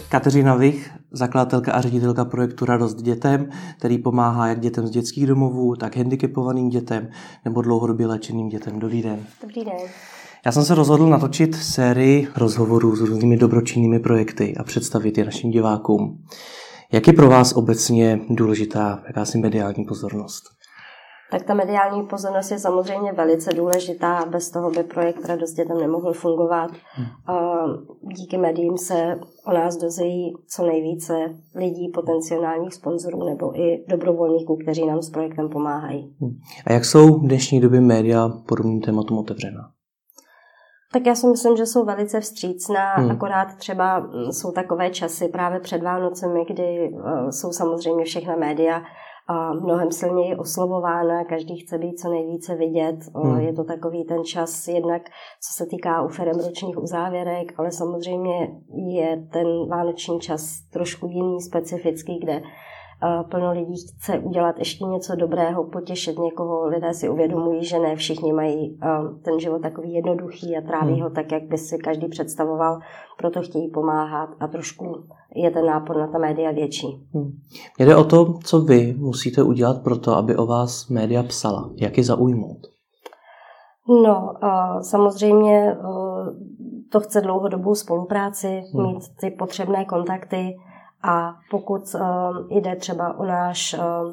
Kateřina Vich, zakladatelka a ředitelka projektu Radost dětem, který pomáhá jak dětem z dětských domovů, tak handicapovaným dětem nebo dlouhodobě léčeným dětem. Dobrý den. Dobrý den. Já jsem se rozhodl natočit sérii rozhovorů s různými dobročinnými projekty a představit je našim divákům. Jak je pro vás obecně důležitá jakási mediální pozornost? Tak ta mediální pozornost je samozřejmě velice důležitá, bez toho by projekt Radost dětem nemohl fungovat. Díky médiím se o nás dozví co nejvíce lidí, potenciálních sponzorů nebo i dobrovolníků, kteří nám s projektem pomáhají. A jak jsou v dnešní době média podobným tématům otevřená? Tak já si myslím, že jsou velice vstřícná, akorát třeba jsou takové časy právě před Vánocemi, kdy jsou samozřejmě všechna média mnohem silněji oslovována, každý chce být co nejvíce vidět. Je to takový ten čas jednak, co se týká u firem ročních uzávěrek, ale samozřejmě je ten vánoční čas trošku jiný, specifický, kde plno lidí chce udělat ještě něco dobrého, potěšit někoho. Lidé si uvědomují, že ne všichni mají ten život takový jednoduchý a tráví ho tak, jak by si každý představoval, proto chtějí pomáhat a trošku je ten nápor na ta média větší. Jde o to, co vy musíte udělat pro to, aby o vás média psala. Jak je zaujmout? No, samozřejmě to chce dlouhodobou spolupráci, mít ty potřebné kontakty. A pokud jde třeba o náš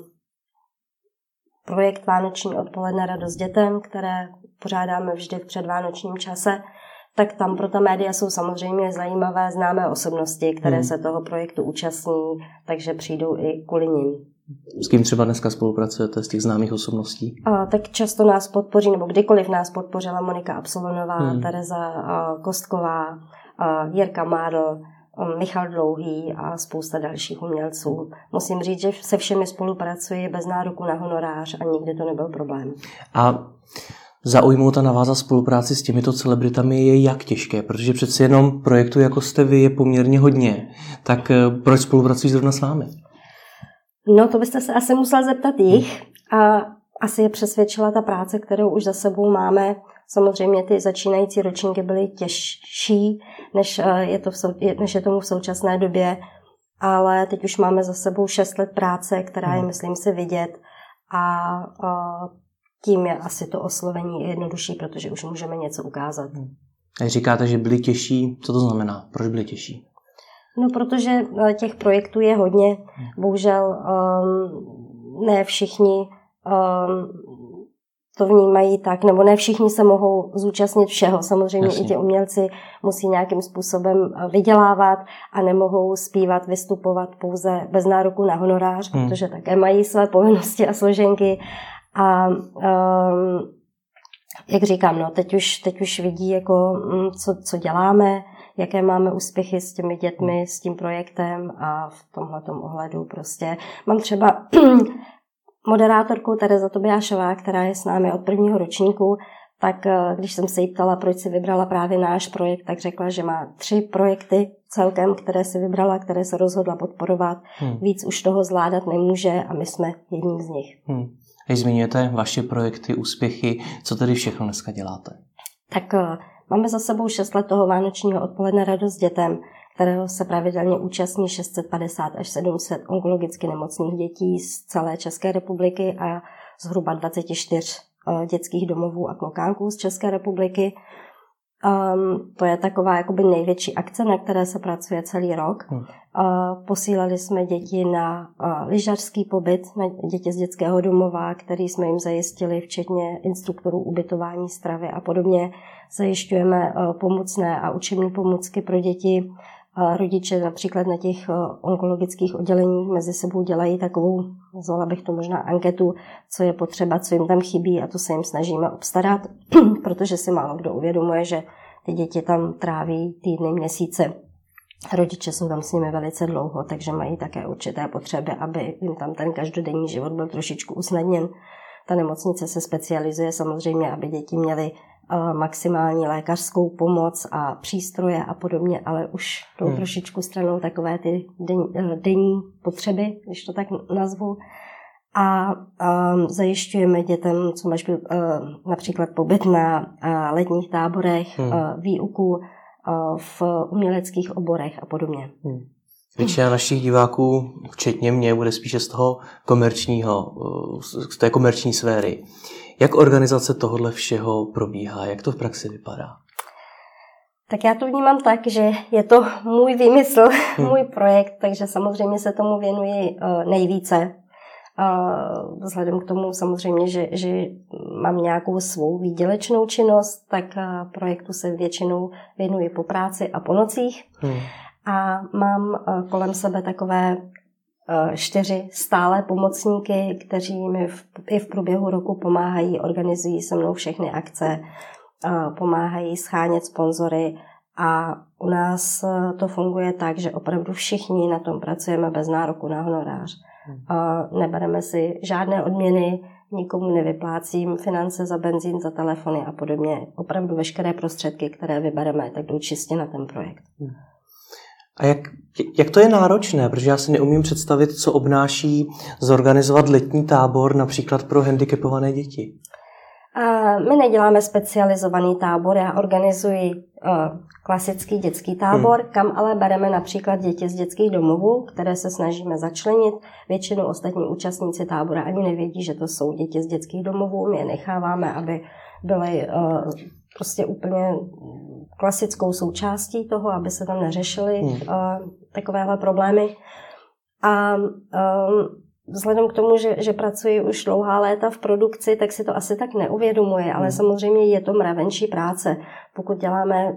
projekt Vánoční odpoledne Radost dětem, které pořádáme vždy v předvánočním čase, tak tam pro ta média jsou samozřejmě zajímavé známé osobnosti, které se toho projektu účastní, takže přijdou i kvůli nim. S kým třeba dneska spolupracujete z těch známých osobností? Tak často nás podpoří, nebo kdykoliv nás podpořila Monika Absolonová, Tereza Kostková, Jirka Mádl, Michal Dlouhý a spousta dalších umělců. Musím říct, že se všemi spolupracuji bez nároku na honorář a nikdy to nebyl problém. A zaujmout a navázat spolupráci s těmito celebritami je jak těžké, protože přeci jenom projektu, jako jste vy, je poměrně hodně. Tak proč spolupracují zrovna s vámi? No, to byste se asi musel zeptat jich a asi je přesvědčila ta práce, kterou už za sebou máme. Samozřejmě ty začínající ročníky byly těžší, než je tomu v současné době, ale teď už máme za sebou 6 let práce, která je, myslím si, vidět a tím je asi to oslovení jednodušší, protože už můžeme něco ukázat. A říkáte, že byly těžší, co to znamená? Proč byly těžší? No, protože těch projektů je hodně, bohužel ne všichni to vnímají tak, nebo ne všichni se mohou zúčastnit všeho. Samozřejmě i ti umělci musí nějakým způsobem vydělávat a nemohou zpívat, vystupovat pouze bez nároku na honorář, protože také mají své povinnosti a složenky. A jak říkám, no, teď už vidí, jako, co děláme, jaké máme úspěchy s těmi dětmi, s tím projektem a v tomhletom ohledu prostě. Mám třeba moderátorku Tereza Tobiášová, která je s námi od prvního ročníku, tak když jsem se jí ptala, proč si vybrala právě náš projekt, tak řekla, že má 3 projekty celkem, které si vybrala, které se rozhodla podporovat. Víc už toho zvládat nemůže a my jsme jedním z nich. Když zmiňujete vaše projekty, úspěchy, co tedy všechno dneska děláte? Tak máme za sebou 6 let toho Vánočního odpoledne Radost dětem, kterého se pravidelně účastní 650 až 700 onkologicky nemocných dětí z celé České republiky a zhruba 24 dětských domovů a klokánků z České republiky. To je taková jakoby největší akce, na které se pracuje celý rok. Posílali jsme děti na lyžařský pobyt, na děti z dětského domova, který jsme jim zajistili, včetně instruktorů ubytování, stravy a podobně. Zajišťujeme pomocné a učební pomůcky pro děti. Rodiče například na těch onkologických odděleních mezi sebou dělají takovou, nazvala bych to možná anketu, co je potřeba, co jim tam chybí a to se jim snažíme obstarat, protože si málo kdo uvědomuje, že ty děti tam tráví týdny, měsíce. Rodiče jsou tam s nimi velice dlouho, takže mají také určité potřeby, aby jim tam ten každodenní život byl trošičku usnadněn. Ta nemocnice se specializuje samozřejmě, aby děti měly maximální lékařskou pomoc a přístroje a podobně, ale už jdou trošičku stranou takové ty denní potřeby, když to tak nazvu. A zajišťujeme dětem, co máš například pobyt na letních táborech, výuku v uměleckých oborech a podobně. Většina našich diváků, včetně mě, bude spíše z toho komerčního, z té komerční sféry. Jak organizace tohohle všeho probíhá? Jak to v praxi vypadá? Tak já to vnímám tak, že je to můj výmysl, můj projekt, takže samozřejmě se tomu věnuji nejvíce. Vzhledem k tomu samozřejmě, že mám nějakou svou výdělečnou činnost, tak projektu se většinou věnuji po práci a po nocích. A mám kolem sebe takové 4 stálé pomocníky, kteří mi i v průběhu roku pomáhají, organizují se mnou všechny akce, pomáhají schánět sponzory a u nás to funguje tak, že opravdu všichni na tom pracujeme bez nároku na honorář. Nebereme si žádné odměny, nikomu nevyplácím finance za benzín, za telefony a podobně. Opravdu veškeré prostředky, které vybereme, tak jdou čistě na ten projekt. A jak to je náročné? Protože já si neumím představit, co obnáší zorganizovat letní tábor například pro handicapované děti. My neděláme specializovaný tábor, já organizuji klasický dětský tábor, kam ale bereme například děti z dětských domovů, které se snažíme začlenit. Většinou ostatní účastníci tábora ani nevědí, že to jsou děti z dětských domovů. My je necháváme, aby byly prostě úplně klasickou součástí toho, aby se tam neřešily takovéhle problémy. A vzhledem k tomu, že pracuji už dlouhá léta v produkci, tak si to asi tak neuvědomuje, ale samozřejmě je to mravenčí práce. Pokud děláme,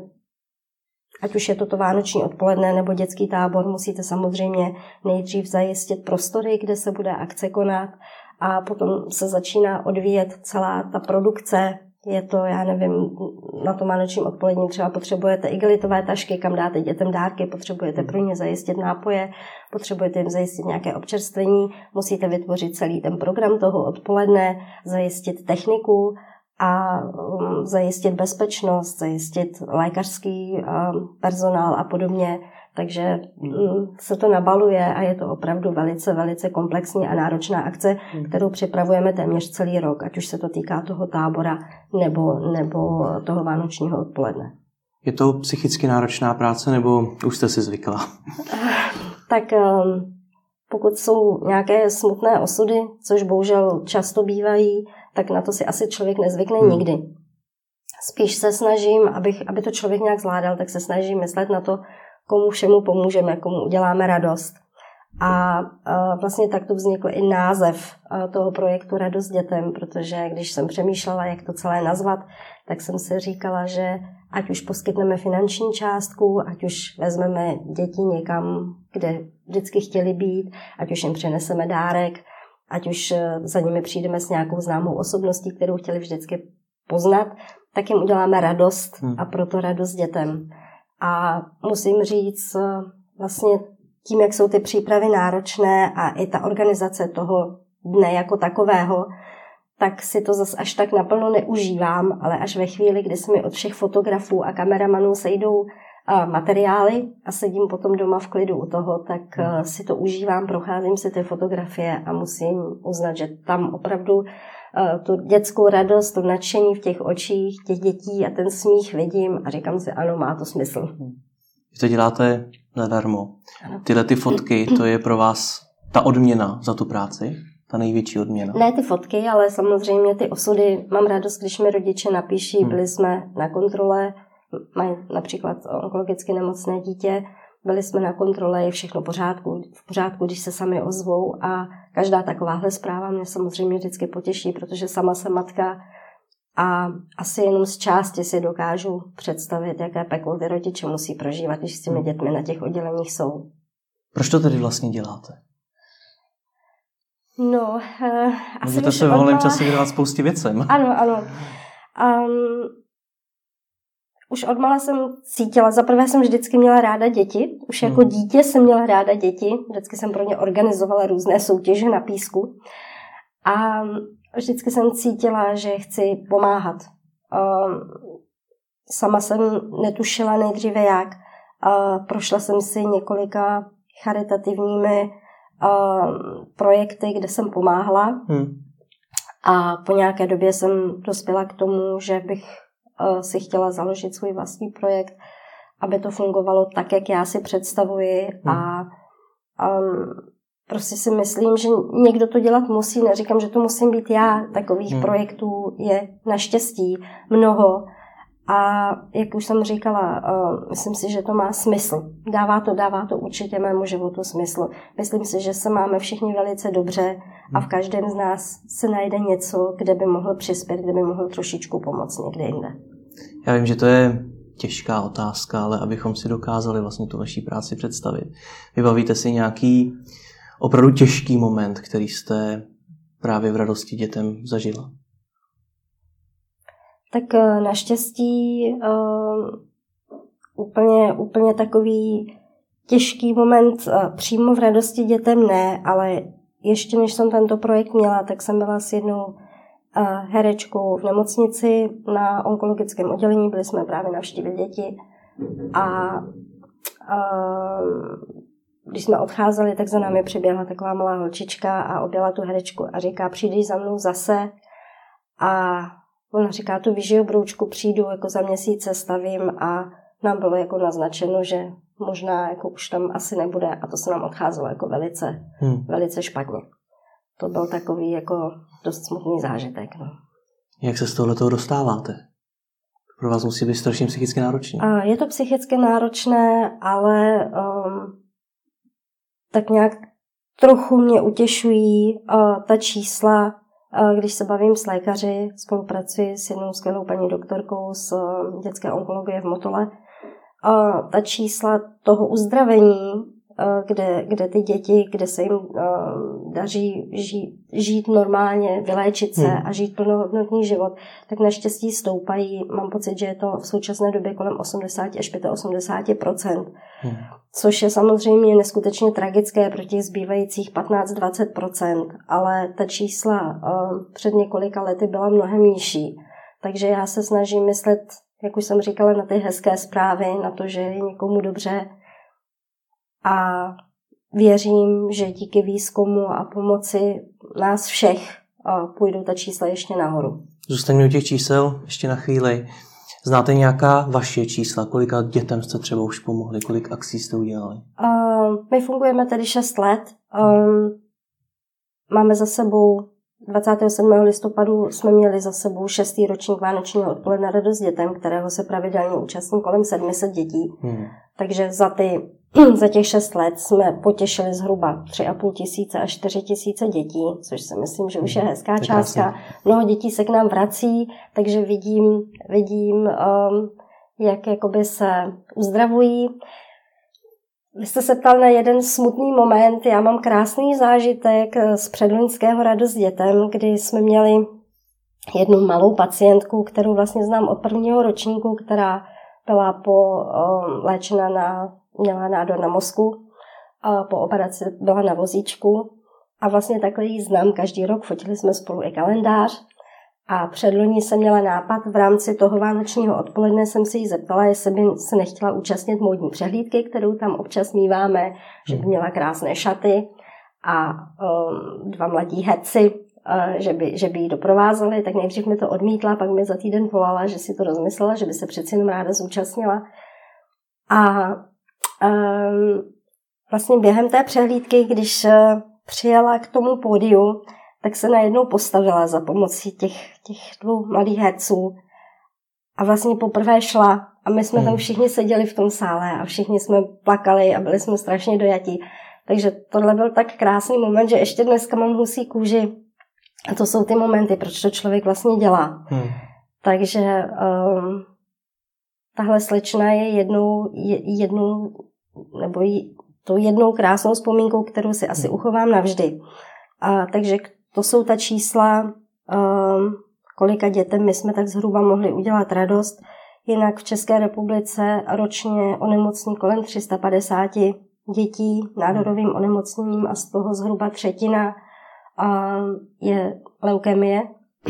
ať už je to vánoční odpoledne nebo dětský tábor, musíte samozřejmě nejdřív zajistit prostory, kde se bude akce konat a potom se začíná odvíjet celá ta produkce. Je to, já nevím, na tom vánočním odpolední třeba potřebujete igelitové tašky, kam dáte dětem dárky, potřebujete pro ně zajistit nápoje, potřebujete jim zajistit nějaké občerstvení, musíte vytvořit celý ten program toho odpoledne, zajistit techniku a zajistit bezpečnost, zajistit lékařský personál a podobně. Takže se to nabaluje a je to opravdu velice, velice komplexní a náročná akce, kterou připravujeme téměř celý rok, ať už se to týká toho tábora nebo toho vánočního odpoledne. Je to psychicky náročná práce, nebo už jste si zvykla? Tak pokud jsou nějaké smutné osudy, což bohužel často bývají, tak na to si asi člověk nezvykne nikdy. Spíš se snažím, aby to člověk nějak zvládal, tak se snažím myslet na to, komu všemu pomůžeme, komu uděláme radost. A vlastně takto vznikl i název toho projektu Radost dětem, protože když jsem přemýšlela, jak to celé nazvat, tak jsem si říkala, že ať už poskytneme finanční částku, ať už vezmeme děti někam, kde vždycky chtěli být, ať už jim přineseme dárek, ať už za nimi přijdeme s nějakou známou osobností, kterou chtěli vždycky poznat, tak jim uděláme radost a proto Radost dětem. A musím říct, vlastně tím, jak jsou ty přípravy náročné a i ta organizace toho dne jako takového, tak si to zas až tak naplno neužívám, ale až ve chvíli, kdy se mi od všech fotografů a kameramanů sejdou materiály a sedím potom doma v klidu u toho, tak si to užívám, procházím si ty fotografie a musím uznat, že tam opravdu tu dětskou radost, to nadšení v těch očích těch dětí a ten smích vidím a říkám si, ano, má to smysl. Vy to děláte zadarmo. Tyhle ty fotky, to je pro vás ta odměna za tu práci? Ta největší odměna? Ne ty fotky, ale samozřejmě ty osudy. Mám radost, když mi rodiče napíší, byli jsme na kontrole, mají například onkologicky nemocné dítě, byli jsme na kontrole, je všechno v pořádku, když se sami ozvou a každá takováhle zpráva mě samozřejmě vždycky potěší, protože sama jsem matka a asi jenom z části si dokážu představit, jaké peklo ty rodiče musí prožívat, když s těmi dětmi na těch odděleních jsou. Proč to tedy vlastně děláte? No, asi můžete se v volném čase věnovat spoustě věcem. Ano. Už odmala jsem cítila, zaprvé jsem vždycky měla ráda děti, už jako dítě jsem měla ráda děti, vždycky jsem pro ně organizovala různé soutěže na písku a vždycky jsem cítila, že chci pomáhat. Sama jsem netušila nejdříve jak, prošla jsem si několika charitativními projekty, kde jsem pomáhala a po nějaké době jsem dospěla k tomu, že bych si chtěla založit svůj vlastní projekt, aby to fungovalo tak, jak já si představuji a Prostě si myslím, že někdo to dělat musí, neříkám, že to musím být já, takových projektů je naštěstí mnoho a jak už jsem říkala, myslím si, že to má smysl. Dává to určitě mému životu smysl. Myslím si, že se máme všichni velice dobře a v každém z nás se najde něco, kde by mohl přispět, kde by mohl trošičku pomoct někde jinde. Já vím, že to je těžká otázka, ale abychom si dokázali vlastně tu vaší práci představit. Vybavíte si nějaký opravdu těžký moment, který jste právě v Radosti dětem zažila? Tak naštěstí úplně takový těžký moment přímo v Radosti dětem ne, ale ještě než jsem tento projekt měla, tak jsem byla s jednou herečkou v nemocnici na onkologickém oddělení, byli jsme právě navštívit děti a když jsme odcházeli, tak za námi přiběhla taková malá holčička a objela tu herečku a říká, přijdeš za mnou zase a ona říká, tu víš, broučku, přijdu, jako za měsíc se stavím a nám bylo jako naznačeno, že možná jako už tam asi nebude a to se nám odcházelo jako velice špatně. To byl takový jako dost smutný zážitek. No. Jak se z tohoto dostáváte? Pro vás musí být strašně psychicky náročné. Je to psychicky náročné, ale tak nějak trochu mě utěšují ta čísla, když se bavím s lékaři, spolupracuji s jednou skvělou paní doktorkou z dětské onkologie v Motole. Ta čísla toho uzdravení, kde ty děti, kde se jim daří žít normálně, vyléčit se a žít plnohodnotný život, tak naštěstí stoupají. Mám pocit, že je to v současné době kolem 80 až 85%, což je samozřejmě neskutečně tragické pro těch zbývajících 15-20%, ale ta čísla před několika lety byla mnohem nižší. Takže já se snažím myslet, jak už jsem říkala, na ty hezké zprávy, na to, že je někomu dobře, a věřím, že díky výzkumu a pomoci nás všech půjdou ta čísla ještě nahoru. Zůstaňme u těch čísel ještě na chvíli. Znáte nějaká vaše čísla? Kolika dětem jste třeba už pomohli? Kolik akcí jste udělali? My fungujeme tedy 6 let. Máme za sebou 27. listopadu jsme měli za sebou 6. ročník vánočního odpoledne Radost dětem, kterého se pravidelně účastní kolem 700 dětí. Takže za těch 6 let jsme potěšili zhruba 3,5 tisíce až 4 tisíce dětí, což si myslím, že už je hezká částka. Mnoho dětí se k nám vrací, takže vidím jak jakoby se uzdravují. Vy jste se ptal na jeden smutný moment. Já mám krásný zážitek z předloňského Radost dětem, kdy jsme měli jednu malou pacientku, kterou vlastně znám od 1. ročníku, která byla léčena měla nádor na mozku, po operaci byla na vozíčku a vlastně takhle ji znám každý rok, fotili jsme spolu i kalendář a předloni jsem měla nápad, v rámci toho vánočního odpoledne jsem se jí zeptala, jestli by se nechtěla účastnit módní přehlídky, kterou tam občas míváme, že by měla krásné šaty a 2 mladí herci, že by ji doprovázeli, tak nejdřív mi to odmítla, pak mi za týden volala, že si to rozmyslela, že by se přeci jenom ráda zúčastnila. A vlastně během té přehlídky, když přijela k tomu pódiu, tak se najednou postavila za pomocí těch 2 mladých herců a vlastně poprvé šla a my jsme tam všichni seděli v tom sále a všichni jsme plakali a byli jsme strašně dojatí. Takže tohle byl tak krásný moment, že ještě dneska mám husí kůži a to jsou ty momenty, proč to člověk vlastně dělá. Takže tahle slečna je jednou krásnou vzpomínkou, kterou si asi uchovám navždy. Takže to jsou ta čísla, kolika dětem my jsme tak zhruba mohli udělat radost. Jinak v České republice ročně onemocní kolem 350 dětí nádorovým onemocněním a z toho zhruba 1/3 je leukemie.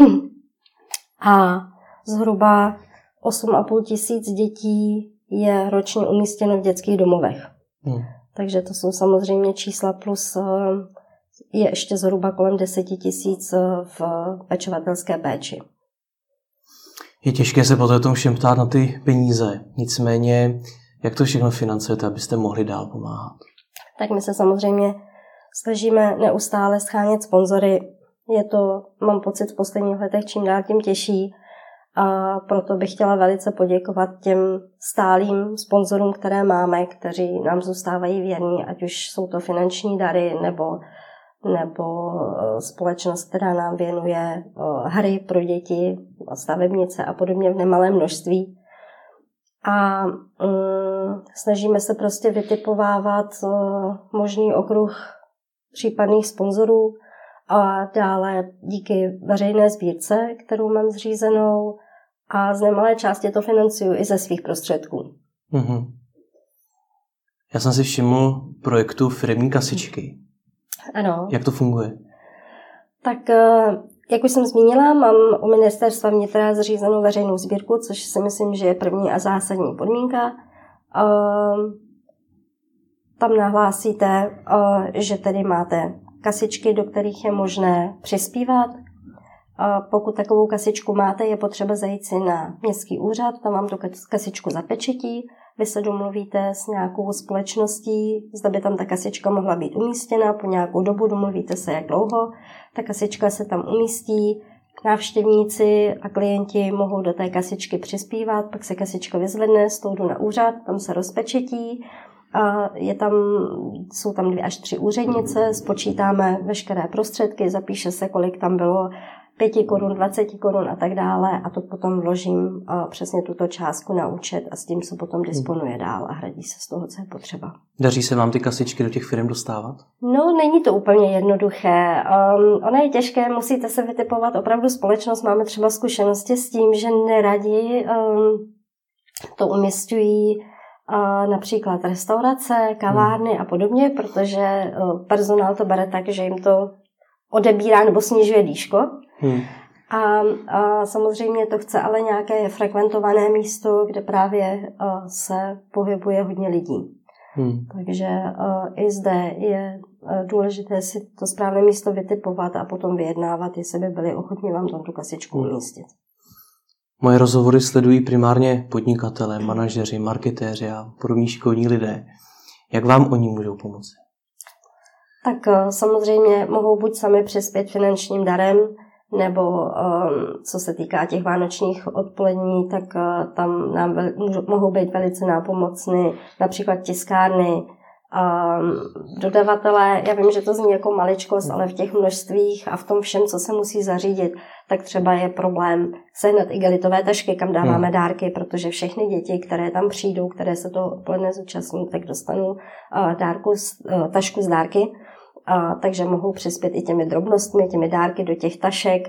A zhruba 8,5 tisíc dětí je ročně umístěno v dětských domovech. Takže to jsou samozřejmě čísla plus je ještě zhruba kolem 10 tisíc v pečovatelské péči. Je těžké se po tom všem ptát na ty peníze. Nicméně, jak to všechno financujete, abyste mohli dál pomáhat? tak my se samozřejmě snažíme neustále shánět sponzory. Mám pocit v posledních letech čím dál tím těžší a proto bych chtěla velice poděkovat těm stálým sponzorům, které máme, kteří nám zůstávají věrní, ať už jsou to finanční dary nebo společnost, která nám věnuje hry pro děti, stavebnice a podobně v nemalém množství. A snažíme se prostě vytipovávat možný okruh případných sponzorů a dále díky veřejné sbírce, kterou mám zřízenou a z nemalé části to financuju i ze svých prostředků. Mm-hmm. Já jsem si všiml projektu firemní kasičky. Ano. Jak to funguje? Tak, jak už jsem zmínila, mám u Ministerstva vnitra zřízenou veřejnou sbírku, což si myslím, že je první a zásadní podmínka. Tam nahlásíte, že tedy máte kasičky, do kterých je možné přispívat. Pokud takovou kasičku máte, je potřeba zajít si na městský úřad, tam vám tu kasičku zapečetí, vy se domluvíte s nějakou společností, zda by tam ta kasička mohla být umístěna, po nějakou dobu domluvíte se, jak dlouho, ta kasička se tam umístí, návštěvníci a klienti mohou do té kasičky přispívat, pak se kasička vyzvedne, z toho jdu na úřad, tam se rozpečetí, a jsou tam 2 až 3 úřednice, spočítáme veškeré prostředky, zapíše se, kolik tam bylo, 5 korun, 20 korun a tak dále a to potom vložím přesně tuto částku na účet a s tím se potom disponuje dál a hradí se z toho, co je potřeba. Daří se vám ty kasičky do těch firm dostávat? No, není to úplně jednoduché. Ono je těžké, musíte se vytipovat opravdu společnost. Máme třeba zkušenosti s tím, že neradi to umisťují například restaurace, kavárny a podobně, protože personál to bere tak, že jim to odebírá nebo snižuje dýško. A samozřejmě to chce ale nějaké frekventované místo, kde právě se pohybuje hodně lidí. Takže i zde je důležité si to správné místo vytipovat a potom vyjednávat, jestli by byli ochotní vám tam tu kasičku umístit. Moje rozhovory sledují primárně podnikatelé, manažeři, marketéři a podobní šikovní lidé. Jak vám oni můžou pomoci? Tak samozřejmě mohou buď sami přispět finančním darem, nebo co se týká těch vánočních odpolední, tak tam nám mohou být velice nápomocny například tiskárny, dodavatelé. Já vím, že to zní jako maličkost, ale v těch množstvích a v tom všem, co se musí zařídit, tak třeba je problém sehnat igelitové tašky, kam dáváme dárky, protože všechny děti, které tam přijdou, které se toho odpoledne zúčastní, tak dostanou tašku z dárky. Takže mohou přispět i těmi drobnostmi, těmi dárky do těch tašek.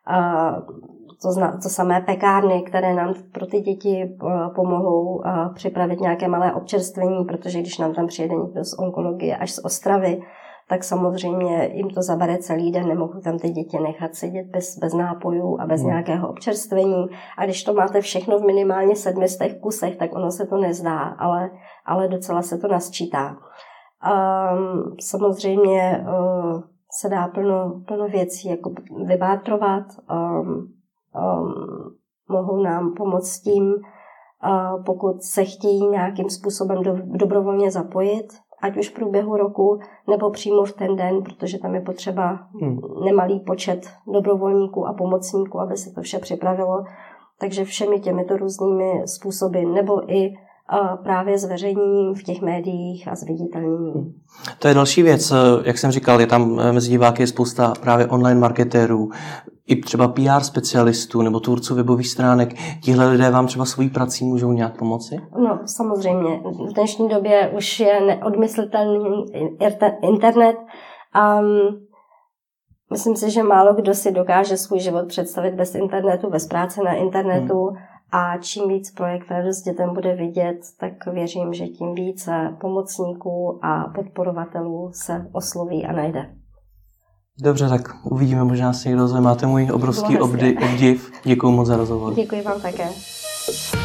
To samé pekárny, které nám pro ty děti pomohou připravit nějaké malé občerstvení, protože když nám tam přijede někdo z onkologie až z Ostravy, tak samozřejmě jim to zabere celý den, nemohou tam ty děti nechat sedět bez nápojů a bez nějakého občerstvení. A když to máte všechno v minimálně 700 kusech, tak ono se to nezdá, ale docela se to nasčítá. Samozřejmě se dá plno věcí jako vybátrovat, mohou nám pomoct s tím, pokud se chtějí nějakým způsobem dobrovolně zapojit, ať už v průběhu roku, nebo přímo v ten den, protože tam je potřeba nemalý počet dobrovolníků a pomocníků, aby se to vše připravilo. Takže všemi těmito různými způsoby, nebo i právě zveřejněním v těch médiích a zviditelněním. To je další věc, jak jsem říkal, je tam mezi diváky spousta právě online marketérů, i třeba PR specialistů nebo tvůrců webových stránek. Tihle lidé vám třeba svojí prací můžou nějak pomoci? No, samozřejmě. V dnešní době už je neodmyslitelný internet. Myslím si, že málo kdo si dokáže svůj život představit bez internetu, bez práce na internetu. A čím víc projekt Radost dětem bude vidět, tak věřím, že tím více pomocníků a podporovatelů se osloví a najde. Dobře, tak uvidíme, možná si někdo ozve. Máte můj obrovský obdiv. Děkuji moc za rozhovor. Děkuji vám také.